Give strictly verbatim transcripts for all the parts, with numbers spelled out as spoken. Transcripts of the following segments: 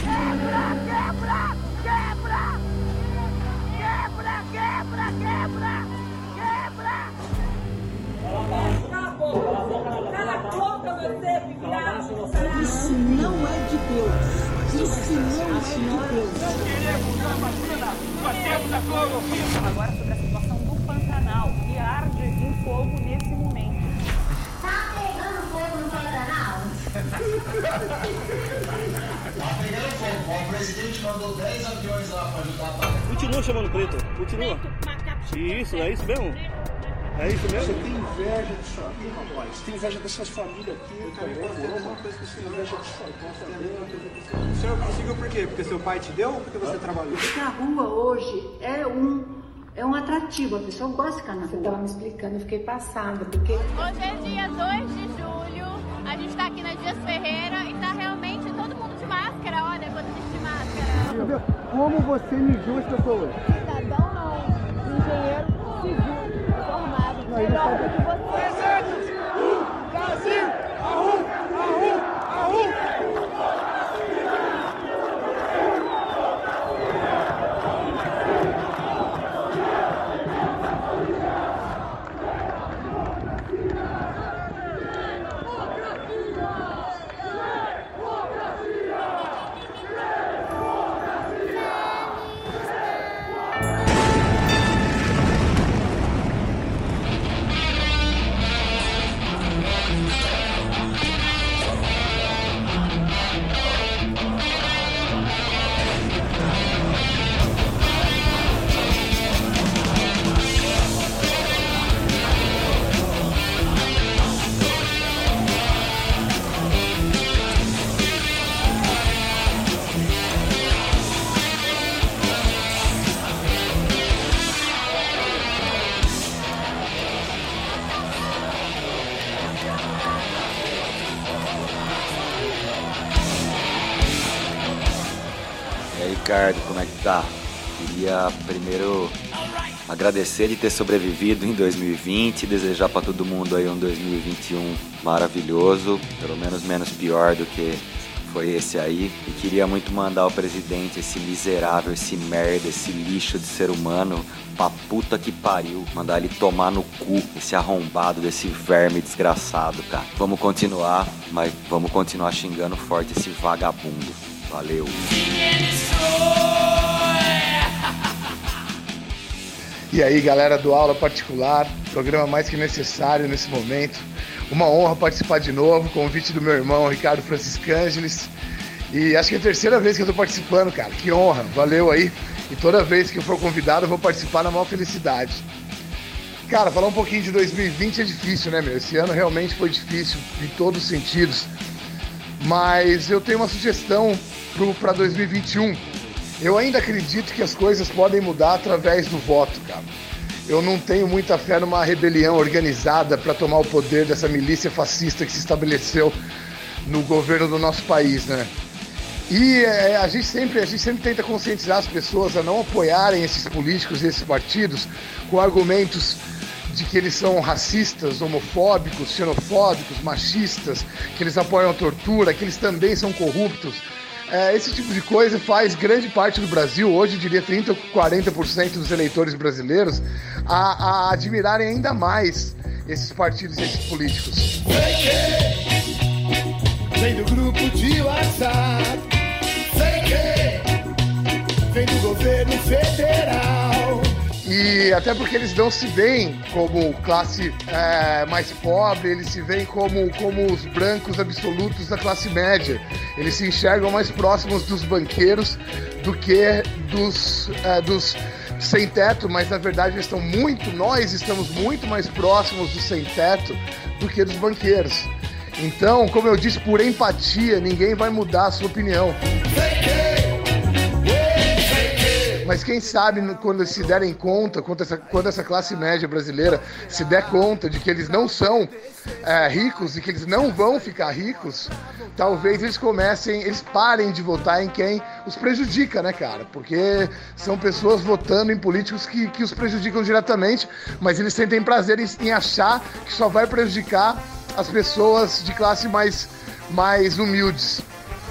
Isso não é de Deus. Isso não é de Deus. Agora sobre a situação do Pantanal, que arde em fogo nesse momento. Tá pegando fogo no Pantanal? Tá pegando fogo. O presidente mandou dez aviões lá pra ajudar a apagar. Continua chamando preto. Continua. Isso, é isso mesmo? É isso mesmo? Você tem inveja disso aqui, rapaz? Você tem inveja dessas famílias aqui também. Uma coisa que você tem inveja disso aqui. O senhor conseguiu por quê? Porque seu pai te deu ou porque você trabalhou? Porque a rua hoje é um, é um atrativo. A pessoa gosta de ficar na rua. Você estava me explicando, eu fiquei passada. Porque hoje é dia dois de julho, a gente está aqui na Dias Ferreira e está realmente todo mundo de máscara. Olha, quando a gente de máscara. Como você mijou as pessoas? Cidadão não, engenheiro civil. Melhor do que você. Brasil! Arrum! Arrum! Arrum! Ricardo, como é que tá? Queria primeiro agradecer de ter sobrevivido em dois mil e vinte, desejar pra todo mundo aí um dois mil e vinte e um maravilhoso, pelo menos menos pior do que foi esse aí. E queria muito mandar ao presidente, esse miserável, esse merda, esse lixo de ser humano, pra puta que pariu, mandar ele tomar no cu, esse arrombado desse verme desgraçado, cara. Vamos continuar, mas vamos continuar xingando forte esse vagabundo. Valeu. E aí, galera do Aula Particular, programa mais que necessário nesse momento. Uma honra participar de novo, convite do meu irmão Ricardo Franciscângeles. E acho que é a terceira vez que eu tô participando, cara. Que honra, valeu aí. E toda vez que eu for convidado, eu vou participar na maior felicidade. Cara, falar um pouquinho de dois mil e vinte é difícil, né, meu? Esse ano realmente foi difícil, em todos os sentidos. Mas eu tenho uma sugestão para dois mil e vinte e um. Eu ainda acredito que as coisas podem mudar através do voto, cara. Eu não tenho muita fé numa rebelião organizada para tomar o poder dessa milícia fascista que se estabeleceu no governo do nosso país, né? E é, a, gente sempre, a gente sempre tenta conscientizar as pessoas a não apoiarem esses políticos e esses partidos com argumentos de que eles são racistas, homofóbicos, xenofóbicos, machistas, que eles apoiam a tortura, que eles também são corruptos. É, esse tipo de coisa faz grande parte do Brasil, hoje eu diria trinta, quarenta por cento dos eleitores brasileiros, a, a admirarem ainda mais esses partidos e esses políticos. Vem do grupo de WhatsApp, vem que vem do governo federal. E até porque eles não se veem como classe é, mais pobre, eles se veem como, como os brancos absolutos da classe média. Eles se enxergam mais próximos dos banqueiros do que dos, é, dos sem-teto, mas na verdade eles estão muito, nós estamos muito mais próximos do sem-teto do que dos banqueiros. Então, como eu disse, por empatia, ninguém vai mudar a sua opinião. Mas quem sabe quando se derem conta, quando essa, quando essa classe média brasileira se der conta de que eles não são é, ricos e que eles não vão ficar ricos, talvez eles comecem, eles parem de votar em quem os prejudica, né, cara? Porque são pessoas votando em políticos que, que os prejudicam diretamente, mas eles sentem prazer em, em achar que só vai prejudicar as pessoas de classe mais, mais humildes.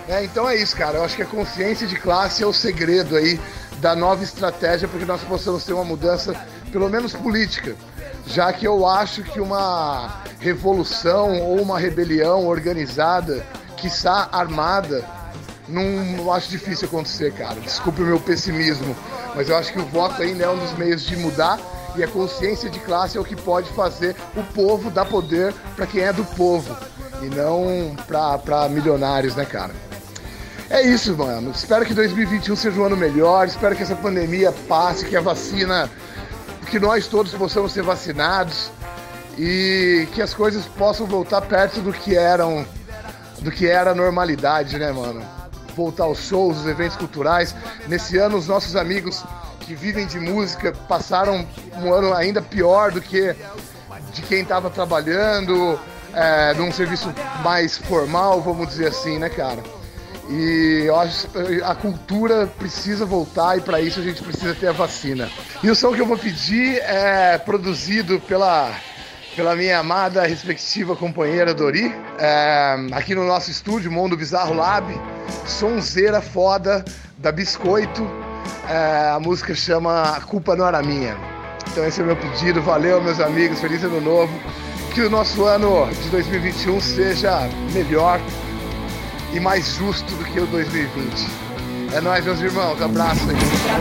É, então é isso, cara. Eu acho que a consciência de classe é o segredo aí da nova estratégia para que nós possamos ter uma mudança, pelo menos política. Já que eu acho que uma revolução ou uma rebelião organizada, quiçá armada, não, não acho difícil acontecer, cara. Desculpe o meu pessimismo, mas eu acho que o voto ainda é um dos meios de mudar e a consciência de classe é o que pode fazer o povo dar poder para quem é do povo e não para milionários, né, cara? É isso, mano. Espero que dois mil e vinte e um seja um ano melhor, espero que essa pandemia passe, que a vacina, que nós todos possamos ser vacinados e que as coisas possam voltar perto do que eram, do que era a normalidade, né, mano? Voltar aos shows, os eventos culturais. Nesse ano, os nossos amigos que vivem de música passaram um ano ainda pior do que de quem estava trabalhando é, num serviço mais formal, vamos dizer assim, né, cara? E eu acho que a cultura precisa voltar e para isso a gente precisa ter a vacina. E o som que eu vou pedir é produzido pela, pela minha amada respectiva companheira Dori, é, aqui no nosso estúdio, Mundo Bizarro Lab, sonzeira foda da Biscoito, é, a música chama A Culpa Não Era Minha. Então esse é o meu pedido, valeu meus amigos, feliz ano novo, que o nosso ano de dois mil e vinte e um seja melhor e mais justo do que o dois mil e vinte. É nóis, meus irmãos. Abraço aí.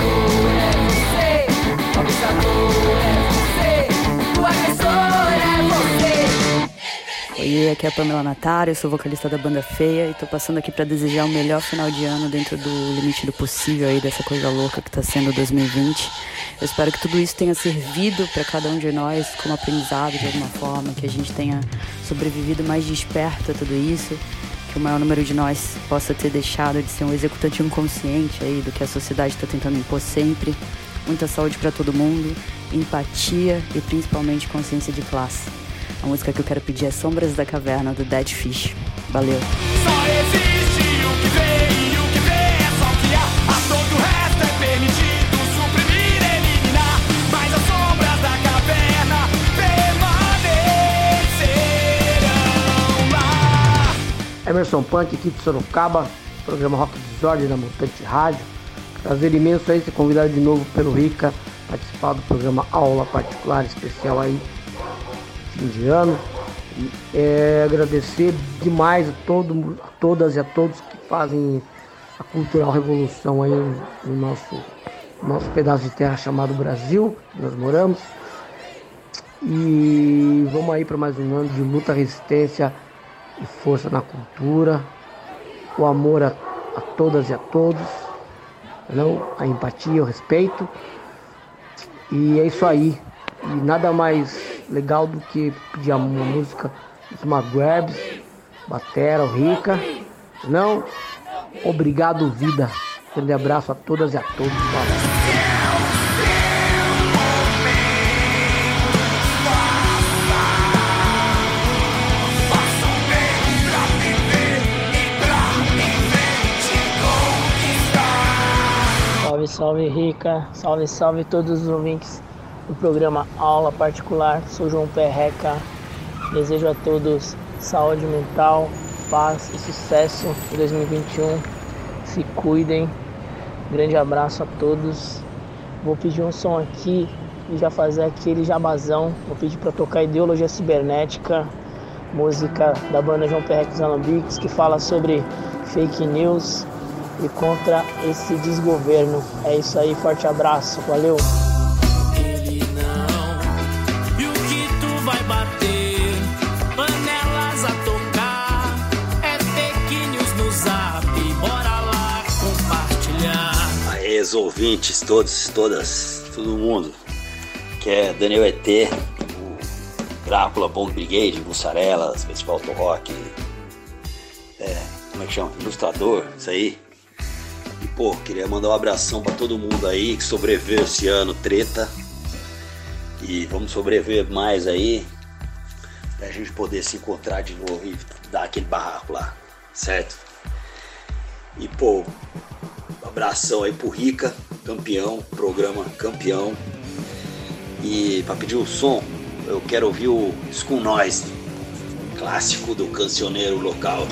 Oi, aqui é a Pamela Natário, eu sou vocalista da Banda Feia e tô passando aqui pra desejar o melhor final de ano dentro do limite do possível aí, dessa coisa louca que tá sendo dois mil e vinte. Eu espero que tudo isso tenha servido pra cada um de nós como aprendizado de alguma forma, que a gente tenha sobrevivido mais desperto a tudo isso, que o maior número de nós possa ter deixado de ser um executante inconsciente aí do que a sociedade está tentando impor sempre. Muita saúde para todo mundo, empatia e principalmente consciência de classe. A música que eu quero pedir é Sombras da Caverna, do Dead Fish. Valeu! Só existe o que vem e o que vem é só o que há. A todo o resto é permitido suprimir, eliminar, mas as sombras da caverna permanecerão lá. Emerson Punk aqui de Sorocaba, programa Rock Desordem da Mutante Rádio. Prazer imenso aí ser convidado de novo pelo Rica, participar do programa Aula Particular especial aí, fim de ano. E, é, agradecer demais a, todo, a todas e a todos que fazem a cultural revolução aí no nosso, nosso pedaço de terra chamado Brasil, que nós moramos. E vamos aí para mais um ano de luta, resistência e força na cultura, o amor a, a todas e a todos, não? A empatia, o respeito. E é isso aí. E nada mais legal do que pedir uma música dos Magrabs, Batera, o Rica. Não? Obrigado, vida. Grande abraço a todas e a todos. Valeu. Salve, salve Rica, salve, salve todos os ouvintes do programa Aula Particular. Sou João Perreca, desejo a todos saúde mental, paz e sucesso em dois mil e vinte e um. Se cuidem, grande abraço a todos. Vou pedir um som aqui e já fazer aquele jabazão. Vou pedir para tocar Ideologia Cibernética, música da banda João Perreca e Alambiques, que fala sobre fake news e contra esse desgoverno. É isso aí, forte abraço, valeu! Ele não, e o que tu vai bater? Panelas a tocar, é fake news no zap, bora lá compartilhar. Aê, os ouvintes, todos, todas, todo mundo, que é Daniel E T, o Drácula, Bomb Brigade, Mussarelas, Festival Auto Rock, é, como é que chama? Ilustrador, isso aí. E, pô, queria mandar um abração pra todo mundo aí que sobreviveu esse ano, treta. E vamos sobreviver mais aí, pra gente poder se encontrar de novo e dar aquele barraco lá, certo? E, pô, um abração aí pro Rica, campeão, programa campeão. E pra pedir o som, eu quero ouvir o School Noise, clássico do cancioneiro local.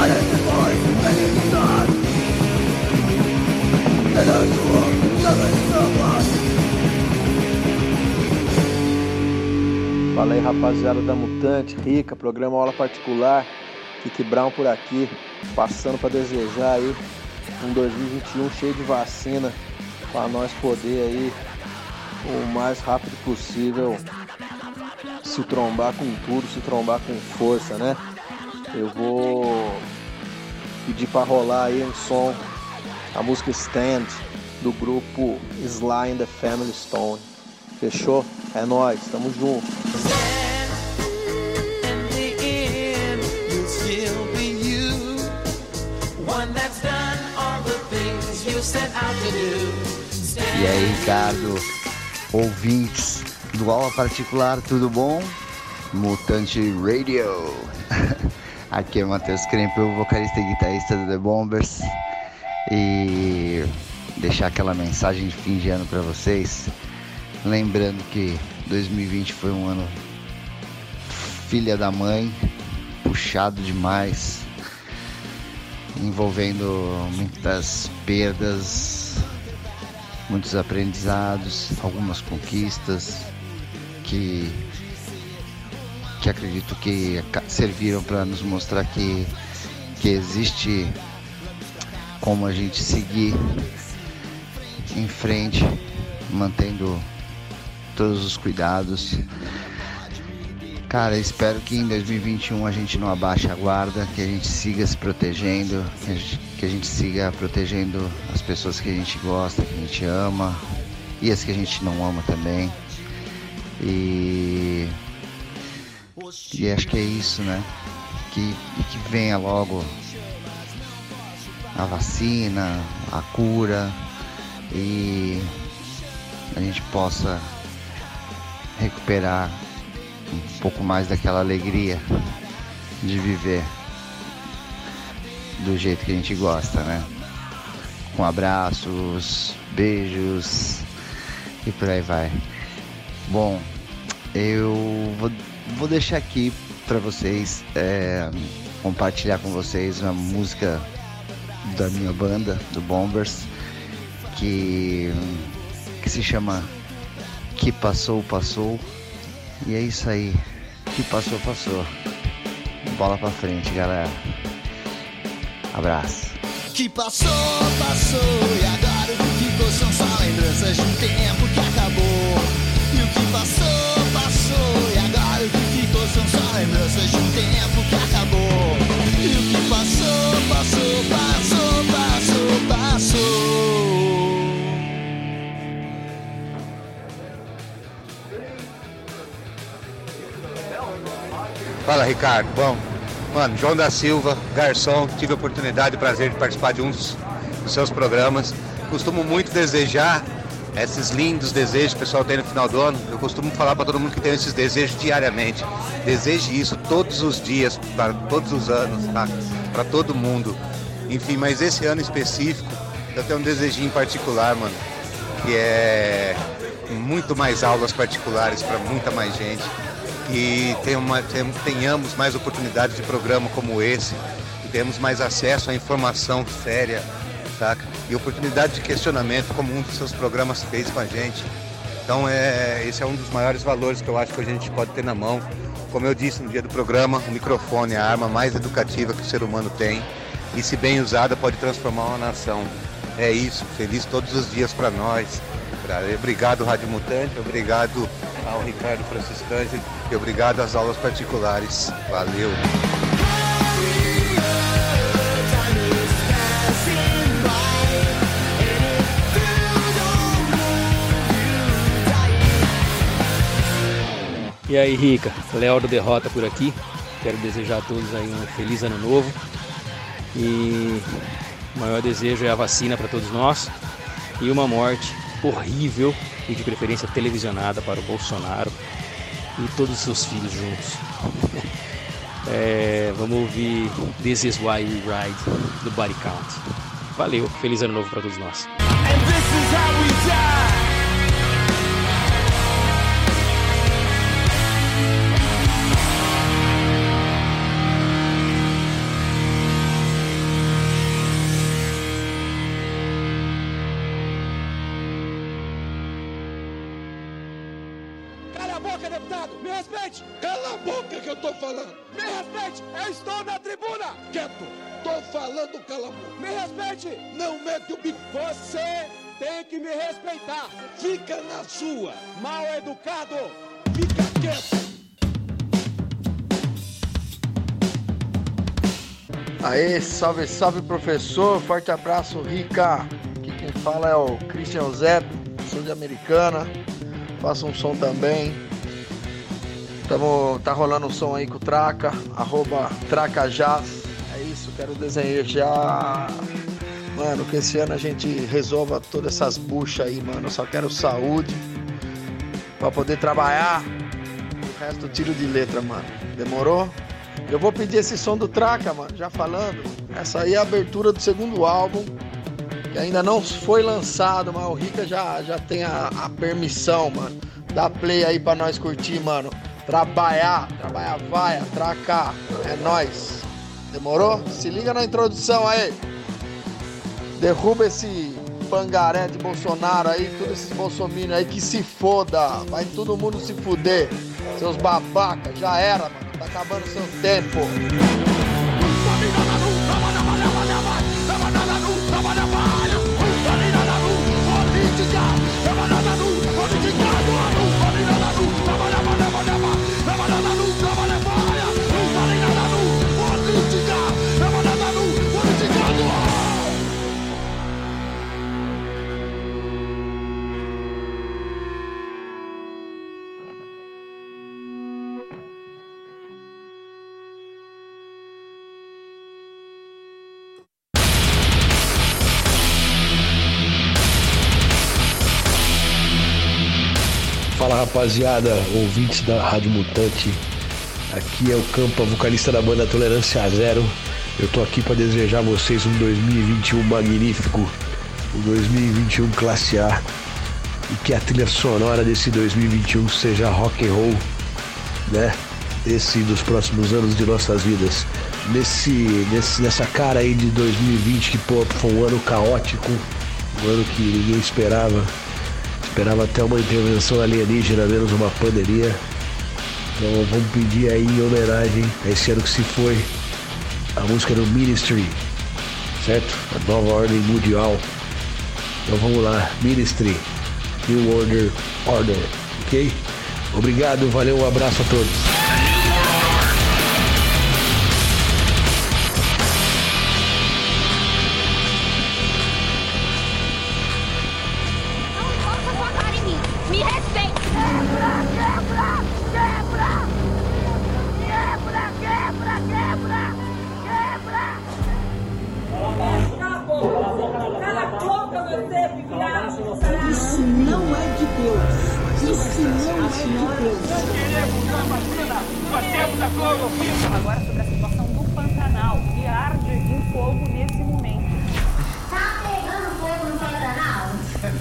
Fala aí, rapaziada da Mutante, Rica, programa Aula Particular, Kiki Brown por aqui, passando para desejar aí um dois mil e vinte e um cheio de vacina, para nós poder aí o mais rápido possível se trombar com tudo, se trombar com força, né? Eu vou pedir para rolar aí um som, a música Stand, do grupo Sly and the Family Stone. Fechou? É nóis, tamo junto. E aí, Ricardo, ouvintes do Aula Particular, tudo bom? Mutante Radio. Aqui é o Matheus Krempel, vocalista e guitarrista do The Bombers. E deixar aquela mensagem de fim de ano para vocês. Lembrando que dois mil e vinte foi um ano filha da mãe, puxado demais, envolvendo muitas perdas, muitos aprendizados, algumas conquistas que, que acredito que serviram para nos mostrar que, que existe como a gente seguir em frente, mantendo todos os cuidados. Cara, espero que em dois mil e vinte e um a gente não abaixe a guarda, que a gente siga se protegendo, que a gente, que a gente siga protegendo as pessoas que a gente gosta, que a gente ama, e as que a gente não ama também. E, e acho que é isso, né? Que, e que venha logo a vacina, a cura, e a gente possa recuperar um pouco mais daquela alegria de viver do jeito que a gente gosta, né? Com abraços, beijos e por aí vai. Bom, eu vou, vou deixar aqui para vocês é, compartilhar com vocês uma música da minha banda, do Bombers, que, que se chama Que Passou, Passou. E é isso aí, que passou, passou. Bola pra frente, galera. Abraço. Que passou, passou, e agora o que ficou são só lembranças de um tempo que acabou. E o que passou, passou, e agora o que ficou são só lembranças de um tempo que acabou. E o que passou, passou, passou, passou, passou. Fala, Ricardo. Bom, mano, João da Silva, garçom, tive a oportunidade e prazer de participar de um dos, dos seus programas. Costumo muito desejar esses lindos desejos que o pessoal tem no final do ano. Eu costumo falar para todo mundo que tem esses desejos diariamente. Deseje isso todos os dias, para todos os anos, tá? Para todo mundo. Enfim, mas esse ano específico, eu tenho um desejinho particular, mano, que é muito mais aulas particulares para muita mais gente. Que tenhamos mais oportunidades de programa como esse, que tenhamos mais acesso à informação séria, saca? E oportunidade de questionamento, como um dos seus programas fez com a gente. Então, é, esse é um dos maiores valores que eu acho que a gente pode ter na mão. Como eu disse no dia do programa, o microfone é a arma mais educativa que o ser humano tem. E, se bem usada, pode transformar uma nação. É isso, feliz todos os dias para nós. Obrigado, Rádio Mutante, obrigado ao Ricardo Franciscante e obrigado às aulas particulares. Valeu! E aí, Rica, Léo do Derrota por aqui. Quero desejar a todos aí um feliz ano novo. E o maior desejo é a vacina para todos nós e uma morte horrível e de preferência televisionada para o Bolsonaro e todos os seus filhos juntos. é, vamos ouvir This Is Why We Ride do Body Count. Valeu, feliz ano novo para todos nós. a boca, deputado! Me respeite! Cala a boca que eu tô falando! Me respeite! Eu estou na tribuna! Quieto! Tô falando, cala a boca! Me respeite! Não mete o bico! Você tem que me respeitar! Fica na sua! Mal educado! Fica quieto! Aê, salve, salve, professor! Forte abraço, Rica! Aqui quem fala é o Christian Zé, sou de Americana. Faço um som também. Tamo, tá rolando um som aí com o Traca, arroba Tracajaz. É isso, quero desejar, mano, que esse ano a gente resolva todas essas buchas aí, mano. Eu só quero saúde pra poder trabalhar. O resto tiro de letra, mano. Demorou? Eu vou pedir esse som do Traca, mano, já falando. Essa aí é a abertura do segundo álbum, que ainda não foi lançado, mas o Rica já, já tem a, a permissão, mano. Dá play aí pra nós curtir, mano. Trabalhar, trabalhar, vai, Traca, é nóis. Demorou? Se liga na introdução aí. Derruba esse pangaré de Bolsonaro aí, todos esses bolsominions aí que se foda. Vai todo mundo se fuder. Seus babacas, já era, mano. Tá acabando seu tempo. Fala, rapaziada, ouvintes da Rádio Mutante. Aqui é o Campa, vocalista da banda Tolerância Zero. Eu tô aqui para desejar a vocês um dois mil e vinte e um magnífico, um dois mil e vinte e um classe A, e que a trilha sonora desse dois mil e vinte e um seja rock and roll, né? Esse dos próximos anos de nossas vidas. Nesse, nesse, nessa cara aí de dois mil e vinte, que pô, foi um ano caótico, um ano que ninguém esperava. Esperava até uma intervenção alienígena, menos uma pandemia. Então vamos pedir aí em homenagem a esse ano que se foi a música do Ministry, certo? A nova ordem mundial. Então vamos lá, Ministry, New Order, Order, ok? Obrigado, valeu, um abraço a todos. Isso não é de Deus. Isso não é de Deus. Agora sobre a situação do Pantanal, que arde em fogo nesse momento. Tá pegando fogo no Pantanal?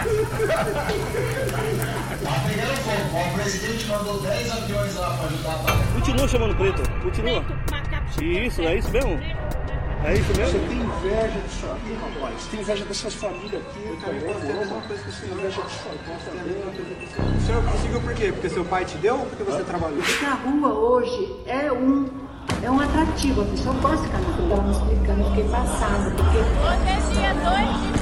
Tá pegando fogo. O presidente mandou dez aviões lá pra ajudar a apagar. Continua chamando preto, continua. Isso, é isso mesmo? É isso mesmo? Você tem inveja disso aqui, rapaz? Você tem inveja dessas famílias aqui, também. Uma coisa que você tem inveja disso aqui. O senhor conseguiu por quê? Porque seu pai te deu ou porque você trabalhou? Porque a rua hoje é um, é um atrativo. A pessoa pode ficar na rua. Estava me explicando, eu fiquei passada. Porque... Hoje é dia dois de